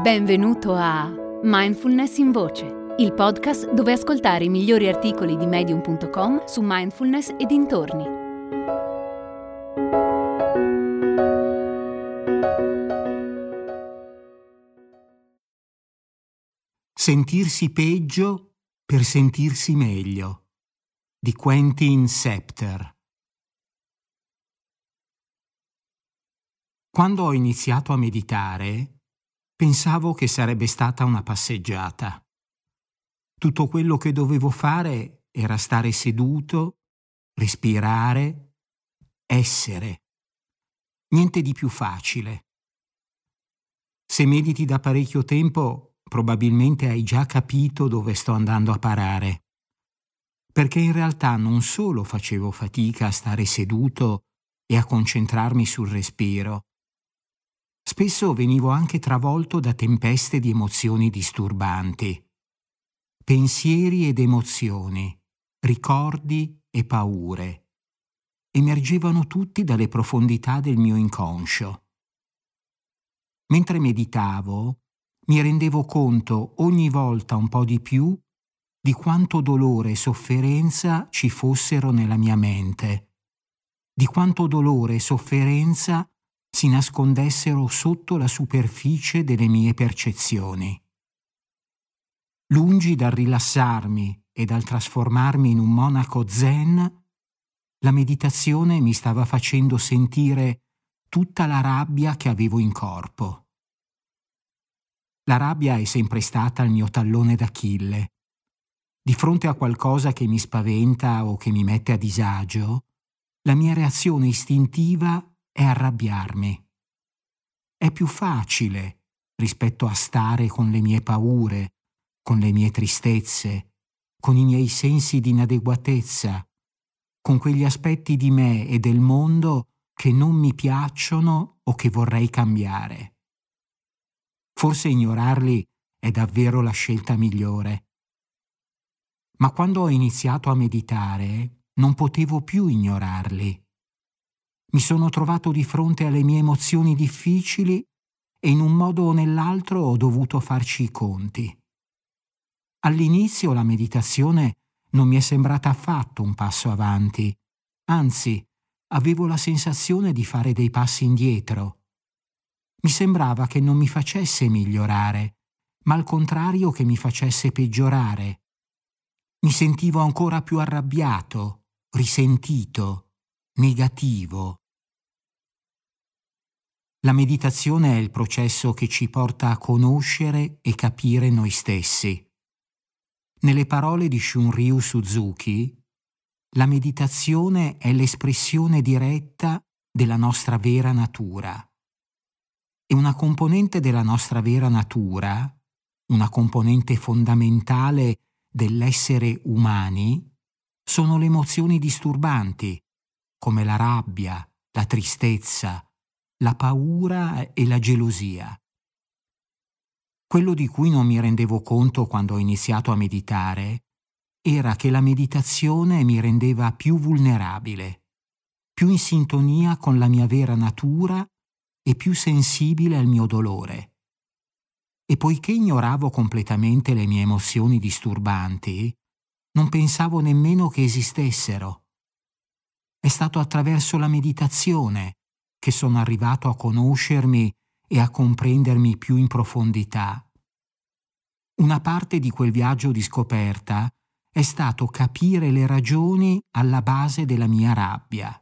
Benvenuto a Mindfulness in Voce, il podcast dove ascoltare i migliori articoli di Medium.com su mindfulness e dintorni. Sentirsi peggio per sentirsi meglio, di Quentin Septer. Quando ho iniziato a meditare, pensavo che sarebbe stata una passeggiata. Tutto quello che dovevo fare era stare seduto, respirare, essere. Niente di più facile. Se mediti da parecchio tempo, probabilmente hai già capito dove sto andando a parare. Perché in realtà non solo facevo fatica a stare seduto e a concentrarmi sul respiro, spesso venivo anche travolto da tempeste di emozioni disturbanti. Pensieri ed emozioni, ricordi e paure, emergevano tutti dalle profondità del mio inconscio. Mentre meditavo, mi rendevo conto ogni volta un po' di più di quanto dolore e sofferenza ci fossero nella mia mente, di quanto dolore e sofferenza si nascondessero sotto la superficie delle mie percezioni. Lungi dal rilassarmi e dal trasformarmi in un monaco zen, la meditazione mi stava facendo sentire tutta la rabbia che avevo in corpo. La rabbia è sempre stata il mio tallone d'Achille. Di fronte a qualcosa che mi spaventa o che mi mette a disagio, la mia reazione istintiva è arrabbiarmi. È più facile rispetto a stare con le mie paure, con le mie tristezze, con i miei sensi di inadeguatezza, con quegli aspetti di me e del mondo che non mi piacciono o che vorrei cambiare. Forse ignorarli è davvero la scelta migliore. Ma quando ho iniziato a meditare, non potevo più ignorarli. Mi sono trovato di fronte alle mie emozioni difficili e in un modo o nell'altro ho dovuto farci i conti. All'inizio la meditazione non mi è sembrata affatto un passo avanti, anzi, avevo la sensazione di fare dei passi indietro. Mi sembrava che non mi facesse migliorare, ma al contrario che mi facesse peggiorare. Mi sentivo ancora più arrabbiato, risentito, negativo. La meditazione è il processo che ci porta a conoscere e capire noi stessi. Nelle parole di Shunryu Suzuki, la meditazione è l'espressione diretta della nostra vera natura. E una componente della nostra vera natura, una componente fondamentale dell'essere umani, sono le emozioni disturbanti, come la rabbia, la tristezza, la paura e la gelosia. Quello di cui non mi rendevo conto quando ho iniziato a meditare era che la meditazione mi rendeva più vulnerabile, più in sintonia con la mia vera natura e più sensibile al mio dolore. E poiché ignoravo completamente le mie emozioni disturbanti, non pensavo nemmeno che esistessero. È stato attraverso la meditazione che sono arrivato a conoscermi e a comprendermi più in profondità. Una parte di quel viaggio di scoperta è stato capire le ragioni alla base della mia rabbia.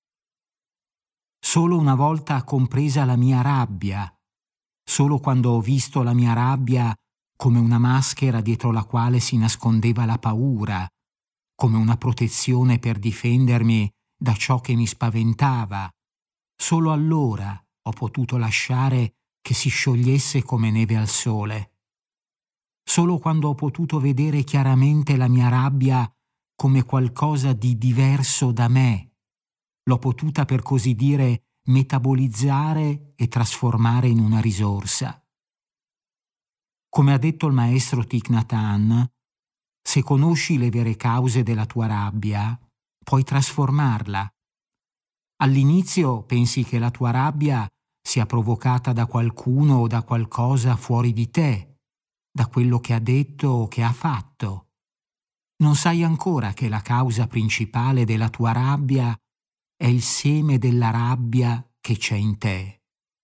Solo una volta compresa la mia rabbia, solo quando ho visto la mia rabbia come una maschera dietro la quale si nascondeva la paura, come una protezione per difendermi da ciò che mi spaventava, solo allora ho potuto lasciare che si sciogliesse come neve al sole. Solo quando ho potuto vedere chiaramente la mia rabbia come qualcosa di diverso da me, l'ho potuta per così dire metabolizzare e trasformare in una risorsa. Come ha detto il maestro Thich Nhat Hanh, se conosci le vere cause della tua rabbia, puoi trasformarla. All'inizio pensi che la tua rabbia sia provocata da qualcuno o da qualcosa fuori di te, da quello che ha detto o che ha fatto. Non sai ancora che la causa principale della tua rabbia è il seme della rabbia che c'è in te.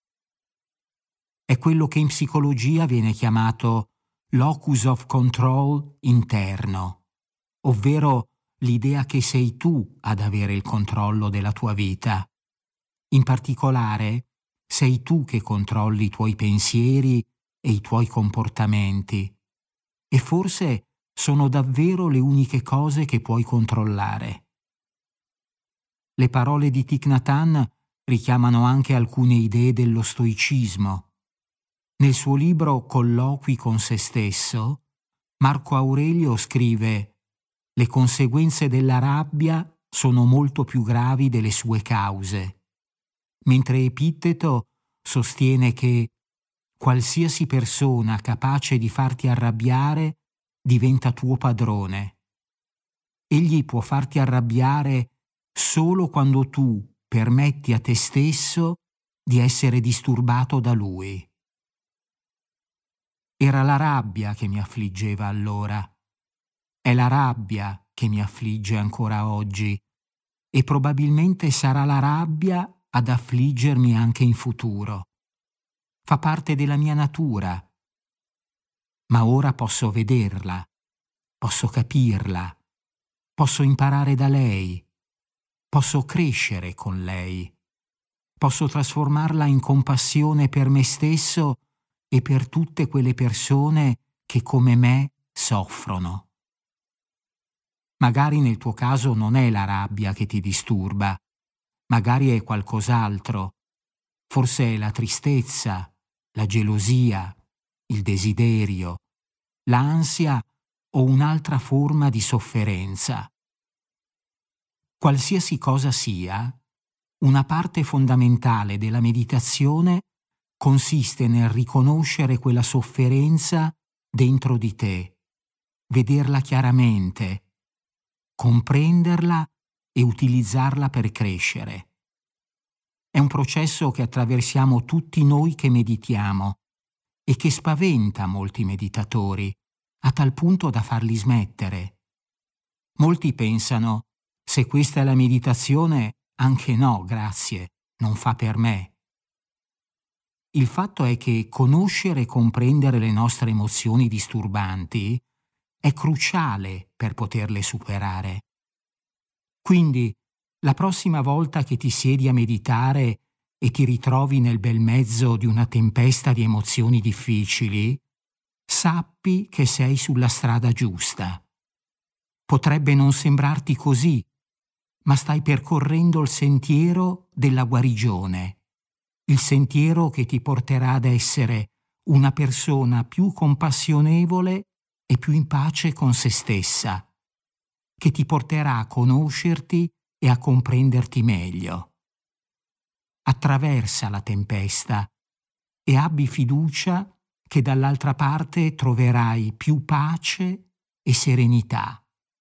È quello che in psicologia viene chiamato locus of control interno, ovvero l'idea che sei tu ad avere il controllo della tua vita. In particolare, sei tu che controlli i tuoi pensieri e i tuoi comportamenti, e forse sono davvero le uniche cose che puoi controllare. Le parole di Thich Nhat Hanh richiamano anche alcune idee dello stoicismo. Nel suo libro Colloqui con se stesso, Marco Aurelio scrive: «Le conseguenze della rabbia sono molto più gravi delle sue cause», mentre Epitteto sostiene che qualsiasi persona capace di farti arrabbiare diventa tuo padrone. Egli può farti arrabbiare solo quando tu permetti a te stesso di essere disturbato da lui. Era la rabbia che mi affliggeva allora. È la rabbia che mi affligge ancora oggi e probabilmente sarà la rabbia ad affliggermi anche in futuro. Fa parte della mia natura. Ma ora posso vederla, posso capirla, posso imparare da lei, posso crescere con lei, posso trasformarla in compassione per me stesso e per tutte quelle persone che come me soffrono. Magari nel tuo caso non è la rabbia che ti disturba, magari è qualcos'altro, forse è la tristezza, la gelosia, il desiderio, l'ansia o un'altra forma di sofferenza. Qualsiasi cosa sia, una parte fondamentale della meditazione consiste nel riconoscere quella sofferenza dentro di te, vederla chiaramente, comprenderla e utilizzarla per crescere. È un processo che attraversiamo tutti noi che meditiamo e che spaventa molti meditatori, a tal punto da farli smettere. Molti pensano: se questa è la meditazione, anche no, grazie, non fa per me. Il fatto è che conoscere e comprendere le nostre emozioni disturbanti è cruciale per poterle superare. Quindi, la prossima volta che ti siedi a meditare e ti ritrovi nel bel mezzo di una tempesta di emozioni difficili, sappi che sei sulla strada giusta. Potrebbe non sembrarti così, ma stai percorrendo il sentiero della guarigione, il sentiero che ti porterà ad essere una persona più compassionevole e più in pace con se stessa, che ti porterà a conoscerti e a comprenderti meglio. Attraversa la tempesta e abbi fiducia che dall'altra parte troverai più pace e serenità.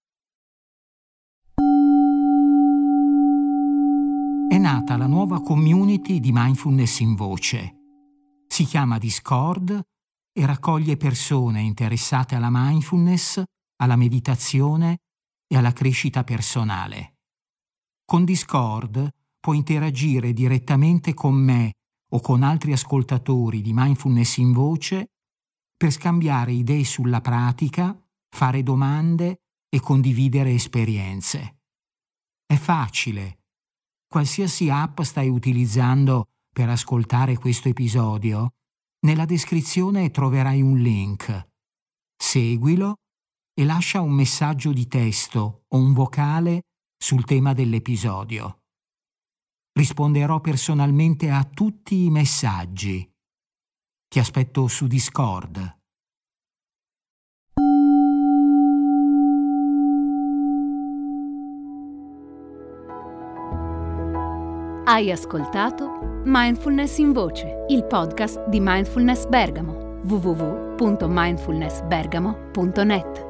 È nata la nuova community di Mindfulness in Voce. Si chiama Discord e raccoglie persone interessate alla mindfulness, alla meditazione e alla crescita personale. Con Discord puoi interagire direttamente con me o con altri ascoltatori di Mindfulness in Voce per scambiare idee sulla pratica, fare domande e condividere esperienze. È facile. Qualsiasi app stai utilizzando per ascoltare questo episodio, nella descrizione troverai un link. Seguilo e lascia un messaggio di testo o un vocale sul tema dell'episodio. Risponderò personalmente a tutti i messaggi. Ti aspetto su Discord. Hai ascoltato Mindfulness in Voce, il podcast di Mindfulness Bergamo, www.mindfulnessbergamo.net.